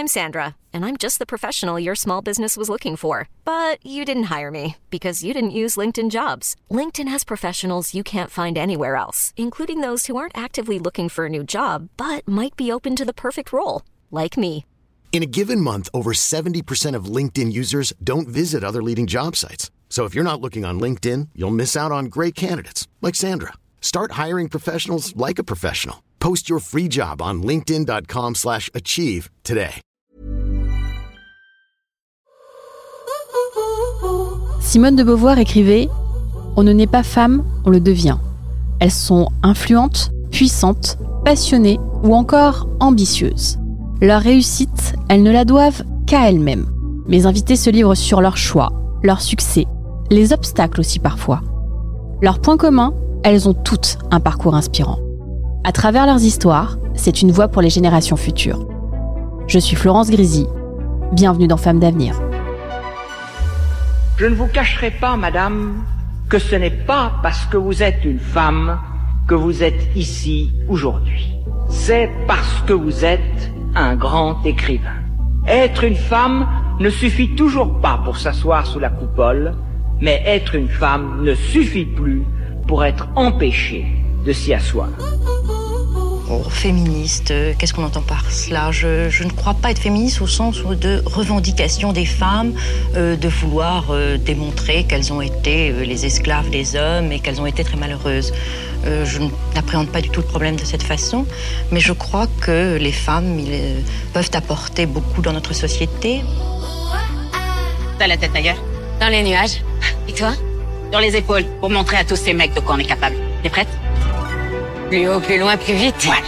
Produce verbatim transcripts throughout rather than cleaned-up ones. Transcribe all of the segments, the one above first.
I'm Sandra, and I'm just the professional your small business was looking for. But you didn't hire me because you didn't use LinkedIn Jobs. LinkedIn has professionals you can't find anywhere else, including those who aren't actively looking for a new job, but might be open to the perfect role, like me. In a given month, over seventy percent of LinkedIn users don't visit other leading job sites. So if you're not looking on LinkedIn, you'll miss out on great candidates like Sandra. Start hiring professionals like a professional. Post your free job on linkedin.com slash achieve today. Simone de Beauvoir écrivait « On ne naît pas femme, on le devient ». Elles sont influentes, puissantes, passionnées ou encore ambitieuses. Leur réussite, elles ne la doivent qu'à elles-mêmes. Mes invités se livrent sur leurs choix, leurs succès, les obstacles aussi parfois. Leur point commun, elles ont toutes un parcours inspirant. À travers leurs histoires, c'est une voix pour les générations futures. Je suis Florence Grisi. Bienvenue dans Femmes d'avenir. Je ne vous cacherai pas, madame, que ce n'est pas parce que vous êtes une femme que vous êtes ici aujourd'hui. C'est parce que vous êtes un grand écrivain. Être une femme ne suffit toujours pas pour s'asseoir sous la coupole, mais être une femme ne suffit plus pour être empêchée de s'y asseoir. Oh, féministe, euh, qu'est-ce qu'on entend par cela ? je, je ne crois pas être féministe au sens de revendication des femmes, euh, de vouloir euh, démontrer qu'elles ont été euh, les esclaves des hommes et qu'elles ont été très malheureuses. Euh, je n'appréhende pas du tout le problème de cette façon, mais je crois que les femmes ils, euh, peuvent apporter beaucoup dans notre société. T'as la tête ailleurs ? Dans les nuages. Et toi ? Sur les épaules, pour montrer à tous ces mecs de quoi on est capable. T'es prête ? Plus haut, plus loin, plus vite. Voilà.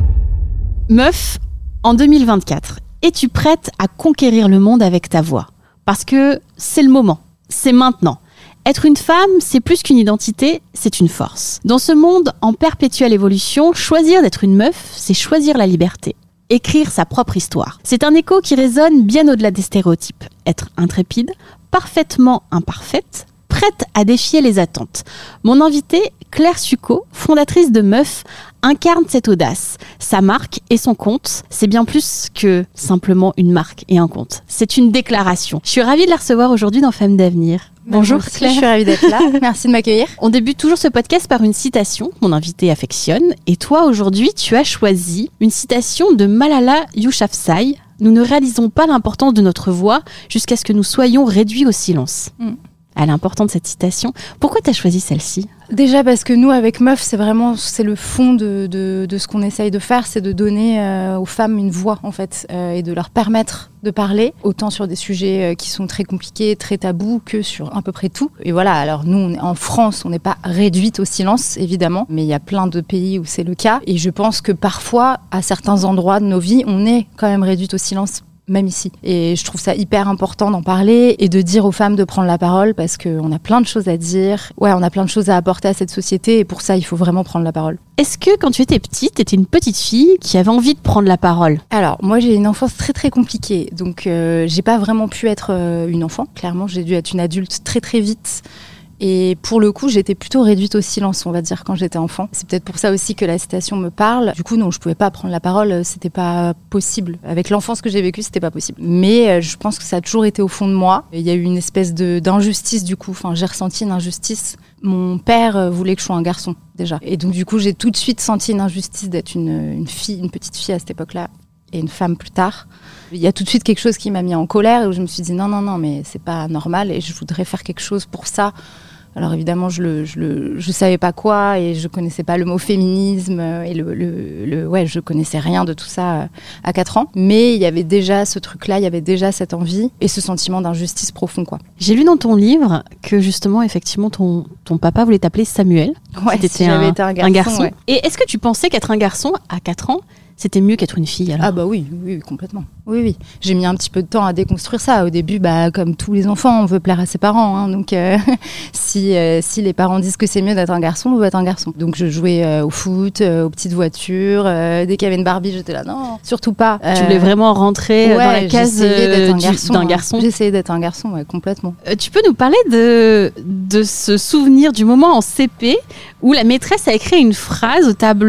Meuf, en deux mille vingt-quatre, es-tu prête à conquérir le monde avec ta voix ? Parce que c'est le moment, c'est maintenant. Être une femme, c'est plus qu'une identité, c'est une force. Dans ce monde en perpétuelle évolution, choisir d'être une meuf, c'est choisir la liberté. Écrire sa propre histoire. C'est un écho qui résonne bien au-delà des stéréotypes. Être intrépide, parfaitement imparfaite, prête à défier les attentes. Mon invitée, Claire Succo, fondatrice de Meuf, incarne cette audace. Sa marque et son compte, c'est bien plus que simplement une marque et un compte. C'est une déclaration. Je suis ravie de la recevoir aujourd'hui dans Femmes d'avenir. Bonjour Merci, Claire. Je suis ravie d'être là. Merci de m'accueillir. On débute toujours ce podcast par une citation que mon invité affectionne. Et toi, aujourd'hui, tu as choisi une citation de Malala Yousafzai. Nous ne réalisons pas l'importance de notre voix jusqu'à ce que nous soyons réduits au silence. Mm. Elle est importante cette citation. Pourquoi tu as choisi celle-ci ? Déjà parce que nous, avec Meuf, c'est vraiment c'est le fond de, de, de ce qu'on essaye de faire, c'est de donner euh, aux femmes une voix en fait euh, et de leur permettre de parler, autant sur des sujets euh, qui sont très compliqués, très tabous, que sur à peu près tout. Et voilà, alors nous, on est, en France, on n'est pas réduite au silence, évidemment, mais il y a plein de pays où c'est le cas. Et je pense que parfois, à certains endroits de nos vies, on est quand même réduite au silence. Même ici. Et je trouve ça hyper important d'en parler et de dire aux femmes de prendre la parole parce qu'on a plein de choses à dire. Ouais, on a plein de choses à apporter à cette société et pour ça, il faut vraiment prendre la parole. Est-ce que quand tu étais petite, tu étais une petite fille qui avait envie de prendre la parole ? Alors, moi, j'ai une enfance très très compliquée. Donc, euh, j'ai pas vraiment pu être euh, une enfant. Clairement, j'ai dû être une adulte très très vite. Et pour le coup, j'étais plutôt réduite au silence, on va dire, quand j'étais enfant. C'est peut-être pour ça aussi que la citation me parle. Du coup, non, je pouvais pas prendre la parole, c'était pas possible. Avec l'enfance que j'ai vécue, c'était pas possible. Mais je pense que ça a toujours été au fond de moi. Il y a eu une espèce de, d'injustice, du coup. Enfin, j'ai ressenti une injustice. Mon père voulait que je sois un garçon, déjà. Et donc, du coup, j'ai tout de suite senti une injustice d'être une, une fille, une petite fille à cette époque-là. Et une femme plus tard. Il y a tout de suite quelque chose qui m'a mis en colère et où je me suis dit non, non, non, mais c'est pas normal et je voudrais faire quelque chose pour ça. Alors évidemment, je le, je le, je savais pas quoi et je connaissais pas le mot féminisme et le, le, le, ouais, je connaissais rien de tout ça à quatre ans. Mais il y avait déjà ce truc-là, il y avait déjà cette envie et ce sentiment d'injustice profond, quoi. J'ai lu dans ton livre que justement, effectivement, ton, ton papa voulait t'appeler Samuel. Ouais, si, si j'avais été un garçon. Un garçon. Ouais. Et est-ce que tu pensais qu'être un garçon à quatre ans, c'était mieux qu'être une fille alors ? Ah bah oui, oui, oui, complètement. Oui, oui. J'ai mis un petit peu de temps à déconstruire ça. Au début, bah, comme tous les enfants, on veut plaire à ses parents. Hein, donc, euh, si, euh, si les parents disent que c'est mieux d'être un garçon, on veut être un garçon. Donc, je jouais euh, au foot, euh, aux petites voitures. Euh, dès qu'il y avait une Barbie, j'étais là, non, surtout pas. Euh, tu voulais vraiment rentrer ouais, dans la case d'être un du, garçon, d'un hein. garçon. J'essayais d'être un garçon, ouais, complètement. Euh, tu peux nous parler de, de ce souvenir du moment en C P où la maîtresse a écrit une phrase au tableau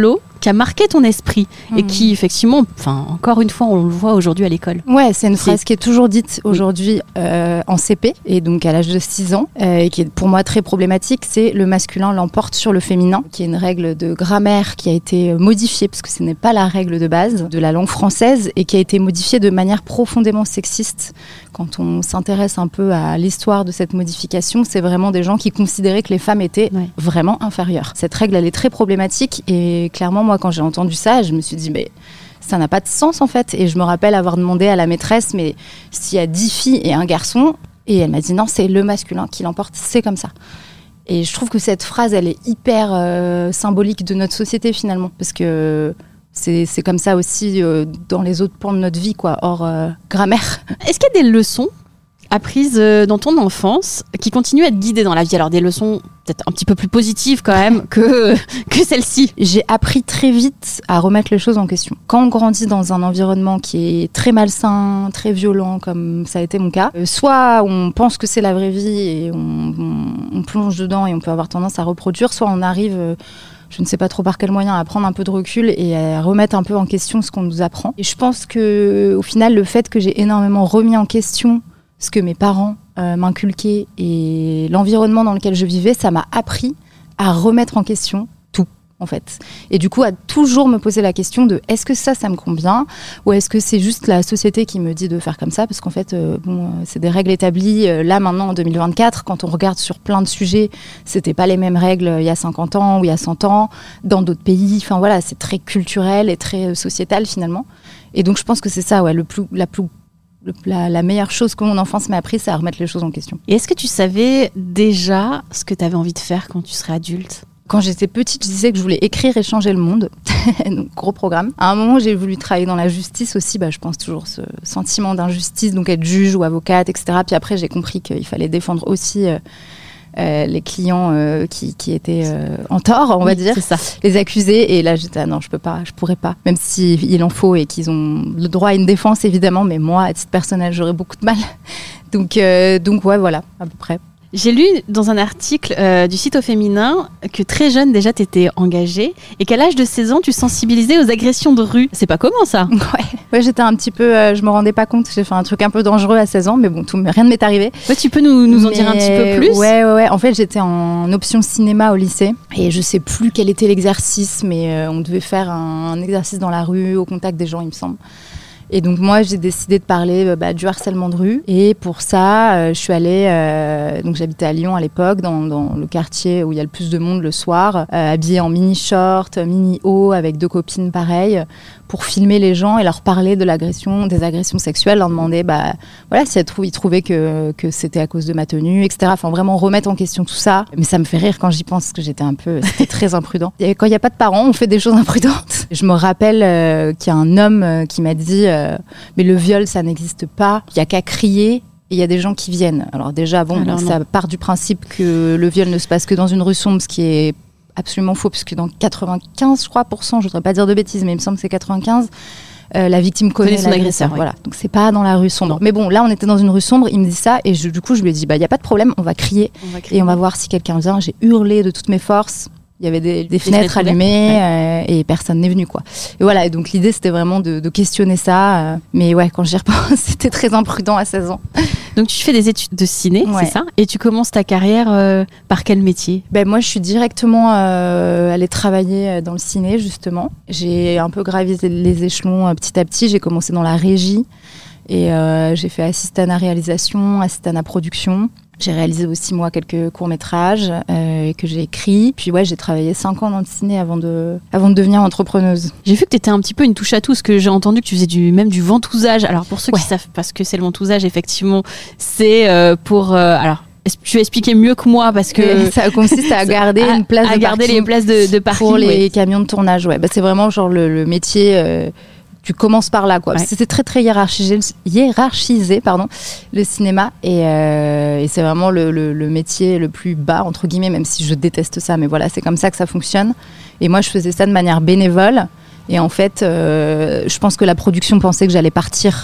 qui a marqué ton esprit mmh. et qui, effectivement, enfin, encore une fois, on le voit aujourd'hui à l'école. Ouais, c'est une phrase c'est... qui est toujours dite aujourd'hui euh, en C P, et donc à l'âge de six ans, euh, et qui est pour moi très problématique, c'est le masculin l'emporte sur le féminin, qui est une règle de grammaire qui a été modifiée, parce que ce n'est pas la règle de base de la langue française, et qui a été modifiée de manière profondément sexiste. Quand on s'intéresse un peu à l'histoire de cette modification, c'est vraiment des gens qui considéraient que les femmes étaient ouais. vraiment inférieures. Cette règle, elle est très problématique, et clairement, moi, quand j'ai entendu ça, je me suis dit, mais ça n'a pas de sens, en fait. Et je me rappelle avoir demandé à la maîtresse, mais s'il y a dix filles et un garçon, et elle m'a dit, non, c'est le masculin qui l'emporte, c'est comme ça. Et je trouve que cette phrase, elle est hyper euh, symbolique de notre société, finalement, parce que c'est, c'est comme ça aussi euh, dans les autres pans de notre vie, quoi, hors euh, grammaire. Est-ce qu'il y a des leçons apprises dans ton enfance qui continuent à te guider dans la vie? Alors des leçons peut-être un petit peu plus positives quand même que, que celle-ci. J'ai appris très vite à remettre les choses en question. Quand on grandit dans un environnement qui est très malsain, très violent, comme ça a été mon cas, euh, soit on pense que c'est la vraie vie et on, on, on plonge dedans et on peut avoir tendance à reproduire, soit on arrive... Euh, je ne sais pas trop par quel moyen, à prendre un peu de recul et à remettre un peu en question ce qu'on nous apprend. Et je pense qu'au final, le fait que j'ai énormément remis en question ce que mes parents euh, m'inculquaient et l'environnement dans lequel je vivais, ça m'a appris à remettre en question tout, en fait. Et du coup, à toujours me poser la question de est-ce que ça, ça me convient, ou est-ce que c'est juste la société qui me dit de faire comme ça, parce qu'en fait, euh, bon, c'est des règles établies. Euh, là, maintenant, en deux mille vingt-quatre, quand on regarde sur plein de sujets, c'était pas les mêmes règles il y a cinquante ans ou il y a cent ans, dans d'autres pays. Enfin voilà, c'est très culturel et très euh, sociétal, finalement. Et donc, je pense que c'est ça, ouais, le plus, la plus La, la meilleure chose que mon enfance m'a appris, c'est à remettre les choses en question. Et est-ce que tu savais déjà ce que tu avais envie de faire quand tu serais adulte ? Quand j'étais petite, je disais que je voulais écrire et changer le monde. Donc, gros programme. À un moment, j'ai voulu travailler dans la justice aussi. Bah, je pense toujours ce sentiment d'injustice, donc être juge ou avocate, et cetera. Puis après, j'ai compris qu'il fallait défendre aussi... Euh, Euh, les clients euh, qui, qui étaient euh, en tort, on va oui, dire, c'est ça. Les accusés. Et là, j'étais ah non, je peux pas, je pourrais pas. Même si il en faut et qu'ils ont le droit à une défense, évidemment, mais moi, à titre personnel, j'aurais beaucoup de mal. Donc, euh, donc ouais, voilà, à peu près. J'ai lu dans un article euh, du site Au Féminin que très jeune déjà t'étais engagée et qu'à l'âge de seize ans tu sensibilisais aux agressions de rue. C'est pas commun ça? Ouais, ouais, j'étais un petit peu, euh, je me rendais pas compte, j'ai fait un truc un peu dangereux à seize ans, mais bon, tout, rien ne m'est arrivé. Ouais, tu peux nous, nous en mais, dire un petit peu plus? Ouais, ouais, ouais. En fait, j'étais en option cinéma au lycée et je sais plus quel était l'exercice, mais euh, on devait faire un, un exercice dans la rue, au contact des gens, il me semble. Et donc moi j'ai décidé de parler bah, du harcèlement de rue, et pour ça euh, je suis allée, euh, donc j'habitais à Lyon à l'époque, dans, dans le quartier où il y a le plus de monde le soir, euh, habillée en mini short, mini haut, avec deux copines pareilles, pour filmer les gens et leur parler de l'agression, des agressions sexuelles, leur demander bah, voilà, si elles trou- ils trouvaient que, que c'était à cause de ma tenue, et cetera. Enfin vraiment remettre en question tout ça. Mais ça me fait rire quand j'y pense, parce que j'étais un peu, c'était très imprudent. Et quand il n'y a pas de parents, on fait des choses imprudentes. Je me rappelle euh, qu'il y a un homme euh, qui m'a dit euh, mais le viol ça n'existe pas, il n'y a qu'à crier. Et il y a des gens qui viennent. Alors déjà, bon, Alors ça part du principe que le viol ne se passe que dans une rue sombre, ce qui est absolument faux, puisque dans quatre-vingt-quinze, je crois, pour cent, je voudrais pas dire de bêtises, mais il me semble que c'est quatre-vingt-quinze, euh, la victime connaît son agresseur. Oui. Voilà, donc c'est pas dans la rue sombre. Non. Mais bon, là, on était dans une rue sombre, il me dit ça, et je, du coup, je lui ai dit, bah, il y a pas de problème, on va crier, on va crier et on va voir si quelqu'un vient. J'ai hurlé de toutes mes forces. Il y avait des, des, des fenêtres, fenêtres allumées ouais. euh, et personne n'est venu, quoi. Et voilà, et donc l'idée c'était vraiment de, de questionner ça. Euh, mais ouais, quand j'y repense, c'était très imprudent à seize ans. Donc tu fais des études de ciné, ouais. c'est ça? Et tu commences ta carrière euh, par quel métier? Ben moi je suis directement euh, allée travailler dans le ciné justement. J'ai un peu gravi les échelons euh, petit à petit. J'ai commencé dans la régie et euh, j'ai fait assistante à réalisation, assistante à production. J'ai réalisé aussi, moi, quelques courts-métrages euh, que j'ai écrits. Puis ouais, j'ai travaillé cinq ans dans le ciné avant de, avant de devenir entrepreneuse. J'ai vu que tu étais un petit peu une touche à tout, parce que j'ai entendu que tu faisais du, même du ventousage. Alors pour ceux ouais. qui savent pas ce que c'est le ventousage, effectivement, c'est euh, pour... Euh, alors, tu expliquais mieux que moi parce que ça consiste à garder à, une place à de garder les places de, de parking pour les ouais. camions de tournage. Ouais, bah, c'est vraiment genre le, le métier... Euh, tu commences par là, quoi. Ouais. C'était très, très hiérarchisé, hiérarchisé pardon, le cinéma. Et, euh, et c'est vraiment le, le, le métier le plus bas, entre guillemets, même si je déteste ça. Mais voilà, c'est comme ça que ça fonctionne. Et moi, je faisais ça de manière bénévole. Et en fait, euh, je pense que la production pensait que j'allais partir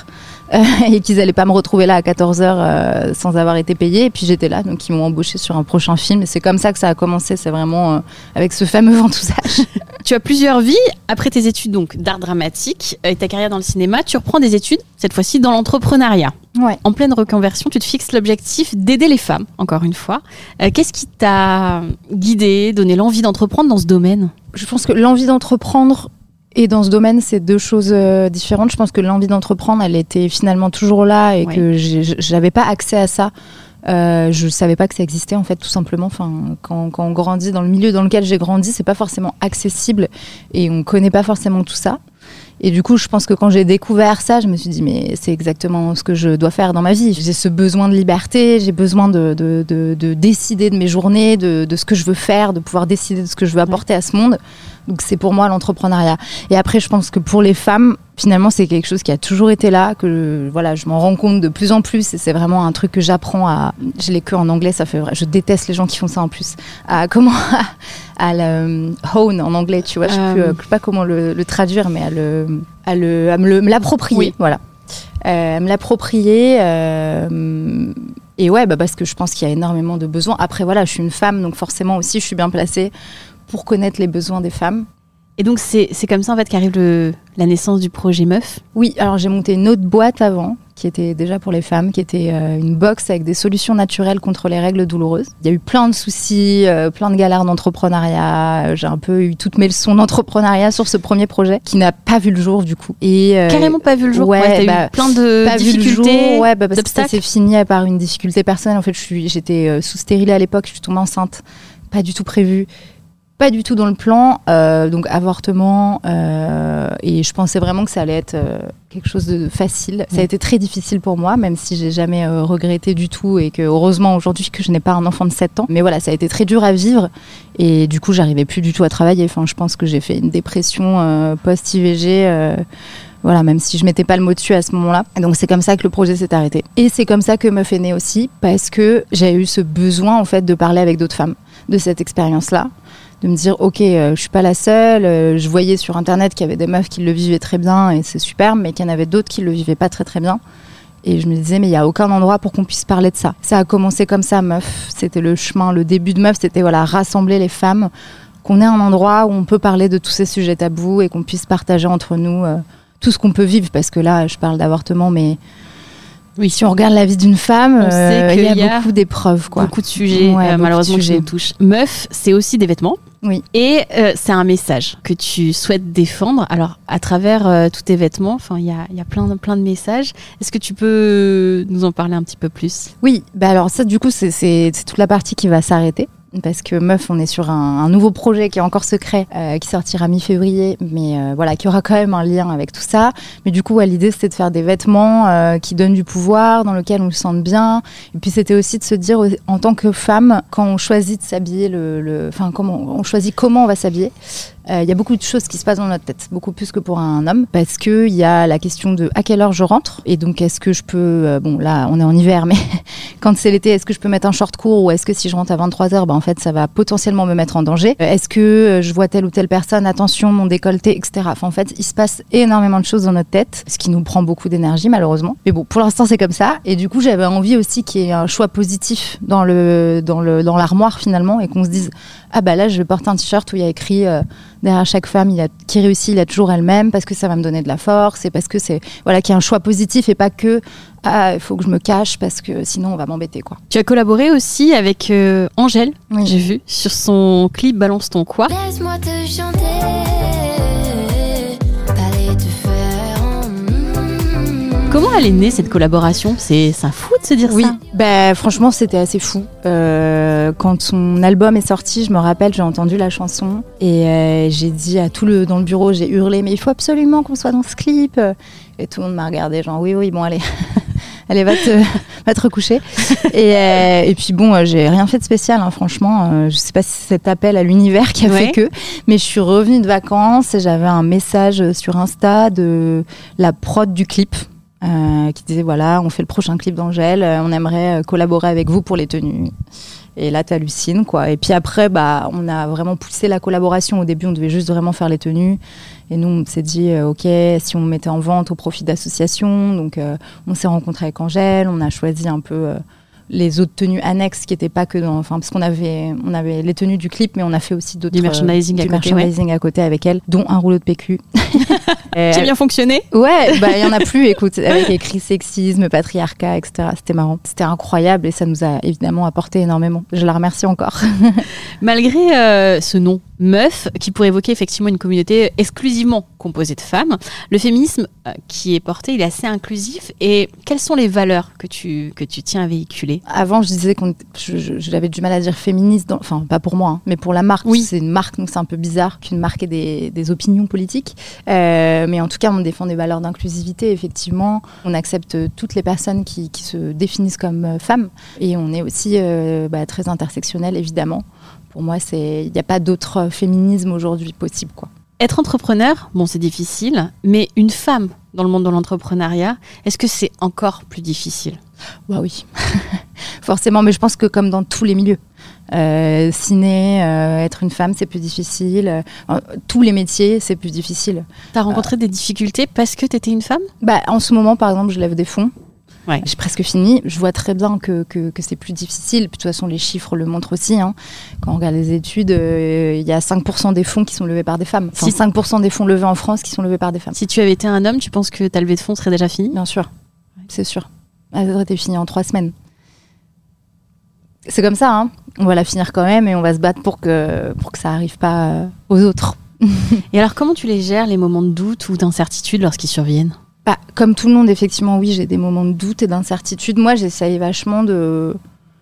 euh, et qu'ils allaient pas me retrouver là à quatorze heures euh, sans avoir été payée. Et puis j'étais là, donc ils m'ont embauchée sur un prochain film. Et c'est comme ça que ça a commencé. C'est vraiment euh, avec ce fameux ventousage. Tu as plusieurs vies. Après tes études donc d'art dramatique et ta carrière dans le cinéma, tu reprends des études, cette fois-ci dans l'entrepreneuriat. Ouais. En pleine reconversion, tu te fixes l'objectif d'aider les femmes, encore une fois. Euh, qu'est-ce qui t'a guidé, donné l'envie d'entreprendre dans ce domaine ? Je pense que l'envie d'entreprendre et dans ce domaine, c'est deux choses euh, différentes. Je pense que l'envie d'entreprendre, elle était finalement toujours là et ouais. que j'ai, j'avais pas accès à ça. Euh, je savais pas que ça existait en fait, tout simplement. Enfin, quand, quand on grandit dans le milieu dans lequel j'ai grandi, c'est pas forcément accessible et on connaît pas forcément tout ça. Et du coup, je pense que quand j'ai découvert ça, je me suis dit, mais c'est exactement ce que je dois faire dans ma vie. J'ai ce besoin de liberté, j'ai besoin de, de, de, de décider de mes journées, de, de ce que je veux faire, de pouvoir décider de ce que je veux apporter à ce monde. Donc c'est pour moi l'entrepreneuriat. Et après, je pense que pour les femmes, finalement, c'est quelque chose qui a toujours été là, que voilà, je m'en rends compte de plus en plus. Et c'est vraiment un truc que j'apprends à... Je l'ai que en anglais, ça fait vrai. Je déteste les gens qui font ça en plus. À comment... à le own en anglais, tu vois. Je ne sais, euh... sais pas comment le, le traduire, mais à, le, à, le, à me, le, me l'approprier. Oui. Voilà. Euh, me l'approprier... Euh... Et ouais, bah parce que je pense qu'il y a énormément de besoins. Après, voilà, je suis une femme, donc forcément aussi, je suis bien placée pour connaître les besoins des femmes. Et donc, c'est, c'est comme ça, en fait, qu'arrive le, la naissance du projet Meuf ? Oui, alors j'ai monté une autre boîte avant, qui était déjà pour les femmes, qui était euh, une box avec des solutions naturelles contre les règles douloureuses. Il y a eu plein de soucis, euh, plein de galères d'entrepreneuriat. J'ai un peu eu toutes mes leçons d'entrepreneuriat sur ce premier projet, qui n'a pas vu le jour, du coup. Et, euh, Carrément pas vu le jour. Ouais, ouais, t'as bah, eu plein de pas difficultés, vu le jour, ouais, bah, parce d'obstacles. Que ça s'est fini par une difficulté personnelle. En fait, je suis, j'étais euh, sous stérilée à l'époque, je suis tombée enceinte, pas du tout prévu. Pas du tout dans le plan, euh, donc avortement, euh, et je pensais vraiment que ça allait être euh, quelque chose de facile. Ça a été très difficile pour moi, même si j'ai jamais euh, regretté du tout, et que heureusement aujourd'hui que je n'ai pas un enfant de sept ans. Mais voilà, ça a été très dur à vivre, et du coup j'arrivais plus du tout à travailler. Enfin, je pense que j'ai fait une dépression euh, post-I V G, euh, voilà, même si je mettais pas le mot dessus à ce moment-là. Et donc c'est comme ça que le projet s'est arrêté. Et c'est comme ça que Meuf est né aussi, parce que j'ai eu ce besoin en fait de parler avec d'autres femmes de cette expérience-là. De me dire, ok, euh, je suis pas la seule. Euh, je voyais sur Internet qu'il y avait des meufs qui le vivaient très bien et c'est super, mais qu'il y en avait d'autres qui le vivaient pas très très bien. Et je me disais, mais il y a aucun endroit pour qu'on puisse parler de ça. Ça a commencé comme ça, Meuf. C'était le chemin, le début de Meuf, c'était voilà, rassembler les femmes, qu'on ait un endroit où on peut parler de tous ces sujets tabous et qu'on puisse partager entre nous euh, tout ce qu'on peut vivre. Parce que là, je parle d'avortement, mais oui, si on regarde la vie d'une femme, il euh, y, y a beaucoup d'épreuves, quoi. Beaucoup de sujets, ouais, euh, beaucoup malheureusement, de sujets. qui nous touchent. Meuf, c'est aussi des vêtements. Oui. Et euh, c'est un message que tu souhaites défendre. Alors, à travers euh, tous tes vêtements, enfin, il y a, y a plein, plein de messages. Est-ce que tu peux nous en parler un petit peu plus ? Oui. Bah alors ça, du coup, c'est, c'est, c'est toute la partie qui va s'arrêter. Parce que Meuf, on est sur un, un nouveau projet qui est encore secret, euh, qui sortira mi-février, mais euh, voilà, qui aura quand même un lien avec tout ça. Mais du coup, ouais, l'idée, c'était de faire des vêtements euh, qui donnent du pouvoir, dans lesquels on se sente bien. Et puis, c'était aussi de se dire, en tant que femme, quand on choisit de s'habiller, le, le, enfin, comment, on choisit comment on va s'habiller, il euh, y a beaucoup de choses qui se passent dans notre tête, beaucoup plus que pour un homme, parce qu'il y a la question de à quelle heure je rentre, et donc est-ce que je peux, euh, bon là on est en hiver, mais quand c'est l'été, est-ce que je peux mettre un short court, ou est-ce que si je rentre à vingt-trois heures, bah, en fait ça va potentiellement me mettre en danger, euh, est-ce que euh, je vois telle ou telle personne, attention mon décolleté, et cetera. Enfin, en fait il se passe énormément de choses dans notre tête, ce qui nous prend beaucoup d'énergie malheureusement, mais bon pour l'instant c'est comme ça, et du coup j'avais envie aussi qu'il y ait un choix positif dans, le, dans, le, dans l'armoire finalement, et qu'on se dise ah bah là je vais porter un t-shirt où il y a écrit euh, derrière chaque femme il a, qui réussit, il a toujours elle-même, parce que ça va me donner de la force, et parce que c'est voilà, qu'il y a un choix positif et pas que ah il faut que je me cache parce que sinon on va m'embêter, quoi. Tu as collaboré aussi avec euh, Angèle, oui. J'ai vu sur son clip Balance ton quoi. Laisse-moi te chanter, t'allais te faire en... Comment elle est née cette collaboration ? C'est, c'est un fou de se dire oui. ça. Bah, franchement, c'était assez fou. Euh, quand son album est sorti, je me rappelle, j'ai entendu la chanson et euh, j'ai dit à tout le dans le bureau, j'ai hurlé, mais il faut absolument qu'on soit dans ce clip. Et tout le monde m'a regardé, genre oui, oui, bon, allez, allez, va te, va te recoucher. et, euh, et puis bon, euh, j'ai rien fait de spécial, hein, franchement. Euh, je sais pas si c'est cet appel à l'univers qui a ouais. fait que, mais je suis revenue de vacances et j'avais un message sur Insta de la prod du clip. Euh, qui disait voilà, on fait le prochain clip d'Angèle, euh, on aimerait euh, collaborer avec vous pour les tenues. Et là, t'hallucines, quoi. Et puis après, bah, on a vraiment poussé la collaboration. Au début, on devait juste vraiment faire les tenues. Et nous, on s'est dit, euh, OK, si on mettait en vente au profit d'associations. Donc, euh, on s'est rencontrés avec Angèle. On a choisi un peu euh, les autres tenues annexes qui n'étaient pas que dans... Enfin, parce qu'on avait, on avait les tenues du clip, mais on a fait aussi d'autres... Du merchandising, euh, à, du côté, merchandising ouais. à côté avec elle, dont un rouleau de P Q. Qui a bien fonctionné. Ouais, bah il y en a plus, écoute, avec écrit sexisme, patriarcat, et cetera. C'était marrant. C'était incroyable et ça nous a évidemment apporté énormément. Je la remercie encore. Malgré euh, ce nom, Meuf, qui pourrait évoquer effectivement une communauté exclusivement composée de femmes, le féminisme euh, qui est porté, il est assez inclusif. Et quelles sont les valeurs que tu, que tu tiens à véhiculer ? Avant, je disais qu'on, je, je, j'avais du mal à dire féministe, dans, enfin pas pour moi, hein, mais pour la marque. Oui. C'est une marque, donc c'est un peu bizarre qu'une marque ait des, des opinions politiques. Euh, mais en tout cas, on défend des valeurs d'inclusivité, effectivement. On accepte toutes les personnes qui, qui se définissent comme femmes. Et on est aussi euh, bah, très intersectionnel, évidemment. Pour moi, il n'y a pas d'autre féminisme aujourd'hui possible, quoi. Être entrepreneur, bon, c'est difficile, mais une femme dans le monde de l'entrepreneuriat, est-ce que c'est encore plus difficile ? Bah oui, forcément, mais je pense que comme dans tous les milieux, euh, ciné, euh, être une femme, c'est plus difficile. Euh, tous les métiers, c'est plus difficile. T'as rencontré euh, des difficultés parce que t'étais une femme ? Bah, en ce moment, par exemple, je lève des fonds. Ouais. J'ai presque fini. Je vois très bien que, que, que c'est plus difficile. Puis, de toute façon, les chiffres le montrent aussi. Hein. Quand on regarde les études, il euh, y a cinq pour cent des fonds qui sont levés par des femmes. Enfin, si cinq pour cent des fonds levés en France qui sont levés par des femmes. Si tu avais été un homme, tu penses que ta levée de fonds serait déjà finie ? Bien sûr, c'est sûr. Elle aurait été finie en trois semaines. C'est comme ça, hein. On va la finir quand même et on va se battre pour que, pour que ça n'arrive pas euh, aux autres. Et alors, comment tu les gères, les moments de doute ou d'incertitude lorsqu'ils surviennent ? Bah, comme tout le monde, effectivement, oui, j'ai des moments de doute et d'incertitude. Moi, j'essaye vachement de...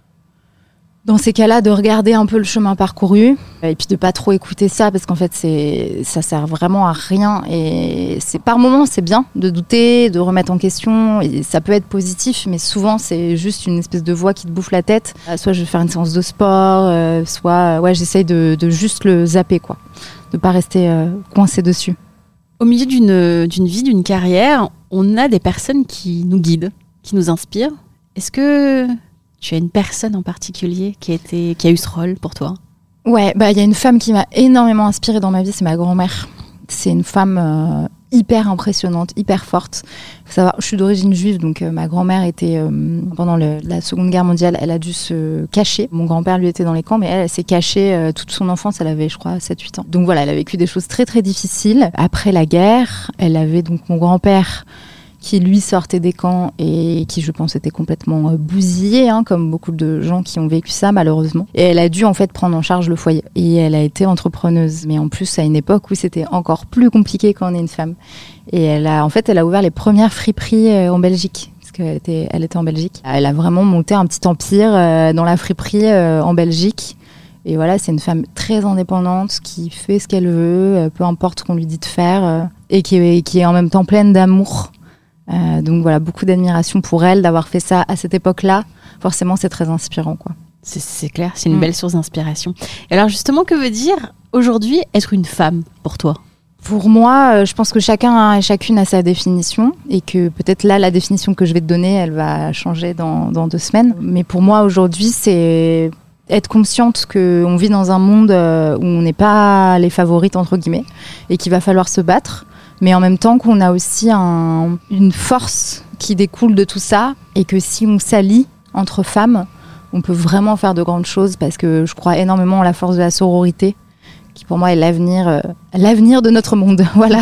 Dans ces cas-là, de regarder un peu le chemin parcouru et puis de pas trop écouter ça parce qu'en fait, c'est... ça sert vraiment à rien. Et c'est... par moments, c'est bien de douter, de remettre en question. Et ça peut être positif, mais souvent, c'est juste une espèce de voix qui te bouffe la tête. Soit je vais faire une séance de sport, euh, soit ouais, j'essaye de, de juste le zapper, quoi. De pas rester euh, coincé dessus. Au milieu d'une, d'une vie, d'une carrière, on a des personnes qui nous guident, qui nous inspirent. Est-ce que tu as une personne en particulier qui a, été, qui a eu ce rôle pour toi ? Ouais, bah, y a une femme qui m'a énormément inspirée dans ma vie, c'est ma grand-mère. C'est une femme euh, hyper impressionnante, hyper forte. Faut savoir, je suis d'origine juive, donc euh, ma grand-mère était, euh, pendant le, la Seconde Guerre mondiale, elle a dû se cacher. Mon grand-père, lui, était dans les camps, mais elle, elle s'est cachée euh, toute son enfance. Elle avait, je crois, sept huit ans. Donc voilà, elle a vécu des choses très, très difficiles. Après la guerre, elle avait donc mon grand-père qui, lui, sortait des camps et qui, je pense, était complètement euh, bousillé, hein, comme beaucoup de gens qui ont vécu ça, malheureusement. Et elle a dû, en fait, prendre en charge le foyer. Et elle a été entrepreneuse. Mais en plus, à une époque où c'était encore plus compliqué quand on est une femme. Et elle a, en fait, elle a ouvert les premières friperies euh, en Belgique. Parce qu'elle était, elle était en Belgique. Elle a vraiment monté un petit empire euh, dans la friperie euh, en Belgique. Et voilà, c'est une femme très indépendante qui fait ce qu'elle veut, euh, peu importe ce qu'on lui dit de faire. Euh, et qui est, qui est en même temps pleine d'amour. Euh, donc voilà, beaucoup d'admiration pour elle d'avoir fait ça à cette époque-là. Forcément, c'est très inspirant, quoi. C'est, c'est clair, c'est une mmh. belle source d'inspiration. Et alors justement, que veut dire aujourd'hui être une femme pour toi ? Pour moi, euh, je pense que chacun et chacune a sa définition et que peut-être là, la définition que je vais te donner, elle va changer dans, dans deux semaines. Mais pour moi, aujourd'hui, c'est être consciente qu'on vit dans un monde où on n'est pas les favorites, entre guillemets, et qu'il va falloir se battre. Mais en même temps qu'on a aussi un, une force qui découle de tout ça et que si on s'allie entre femmes, on peut vraiment faire de grandes choses parce que je crois énormément en la force de la sororité qui pour moi est l'avenir, euh, l'avenir de notre monde. Voilà.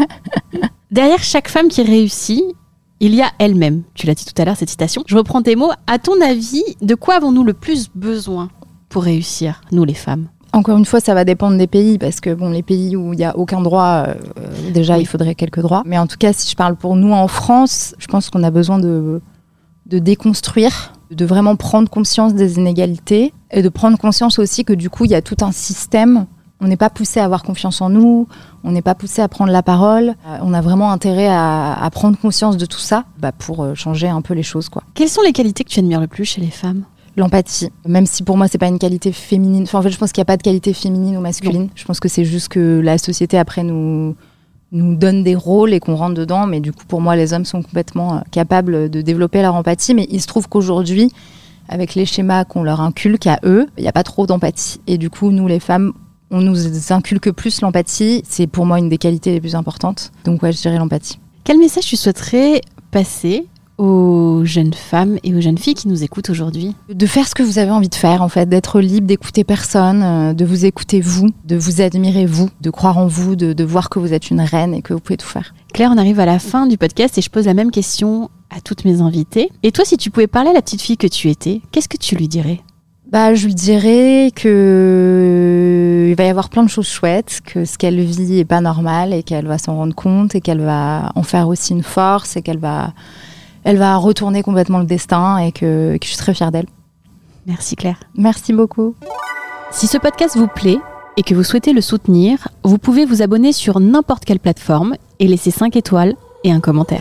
Derrière chaque femme qui réussit, il y a elle-même. Tu l'as dit tout à l'heure, cette citation. Je reprends tes mots. À ton avis, de quoi avons-nous le plus besoin pour réussir, nous les femmes ? Encore une fois, ça va dépendre des pays, parce que bon, les pays où il n'y a aucun droit, euh, déjà, oui. il faudrait quelques droits. Mais en tout cas, si je parle pour nous en France, je pense qu'on a besoin de, de déconstruire, de vraiment prendre conscience des inégalités et de prendre conscience aussi que du coup, il y a tout un système. On n'est pas poussé à avoir confiance en nous, on n'est pas poussé à prendre la parole. Euh, on a vraiment intérêt à, à prendre conscience de tout ça bah, pour euh, changer un peu les choses, quoi. Quelles sont les qualités que tu admires le plus chez les femmes ? L'empathie, même si pour moi c'est pas une qualité féminine. Enfin, en fait, je pense qu'il n'y a pas de qualité féminine ou masculine. Non. Je pense que c'est juste que la société après nous nous donne des rôles et qu'on rentre dedans. Mais du coup, pour moi, les hommes sont complètement capables de développer leur empathie. Mais il se trouve qu'aujourd'hui, avec les schémas qu'on leur inculque à eux, il n'y a pas trop d'empathie. Et du coup, nous les femmes, on nous inculque plus l'empathie. C'est pour moi une des qualités les plus importantes. Donc ouais, je dirais l'empathie. Quel message tu souhaiterais passer aux jeunes femmes et aux jeunes filles qui nous écoutent aujourd'hui? De faire ce que vous avez envie de faire, en fait, d'être libre, d'écouter personne, de vous écouter vous, de vous admirer vous, de croire en vous, de, de voir que vous êtes une reine et que vous pouvez tout faire. Claire, on arrive à la fin du podcast et je pose la même question à toutes mes invitées. Et toi, si tu pouvais parler à la petite fille que tu étais, qu'est-ce que tu lui dirais? Bah, je lui dirais que il va y avoir plein de choses chouettes, que ce qu'elle vit est pas normal et qu'elle va s'en rendre compte et qu'elle va en faire aussi une force et qu'elle va Elle va retourner complètement le destin et que, que je suis très fière d'elle. Merci Claire. Merci beaucoup. Si ce podcast vous plaît et que vous souhaitez le soutenir, vous pouvez vous abonner sur n'importe quelle plateforme et laisser cinq étoiles et un commentaire.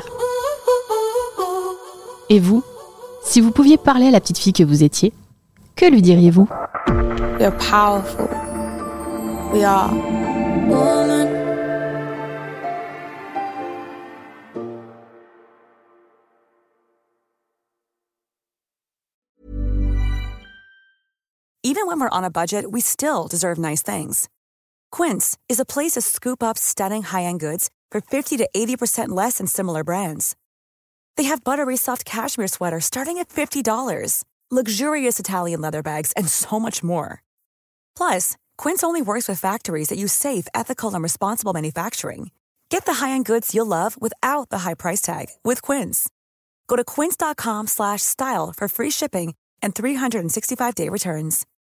Et vous, si vous pouviez parler à la petite fille que vous étiez, que lui diriez-vous? We are powerful. We are woman. Even when we're on a budget, we still deserve nice things. Quince is a place to scoop up stunning high-end goods for fifty to eighty percent less than similar brands. They have buttery soft cashmere sweaters starting at fifty dollars, luxurious Italian leather bags, and so much more. Plus, Quince only works with factories that use safe, ethical, and responsible manufacturing. Get the high-end goods you'll love without the high price tag with Quince. Go to quince.com slash style for free shipping and three sixty-five day returns.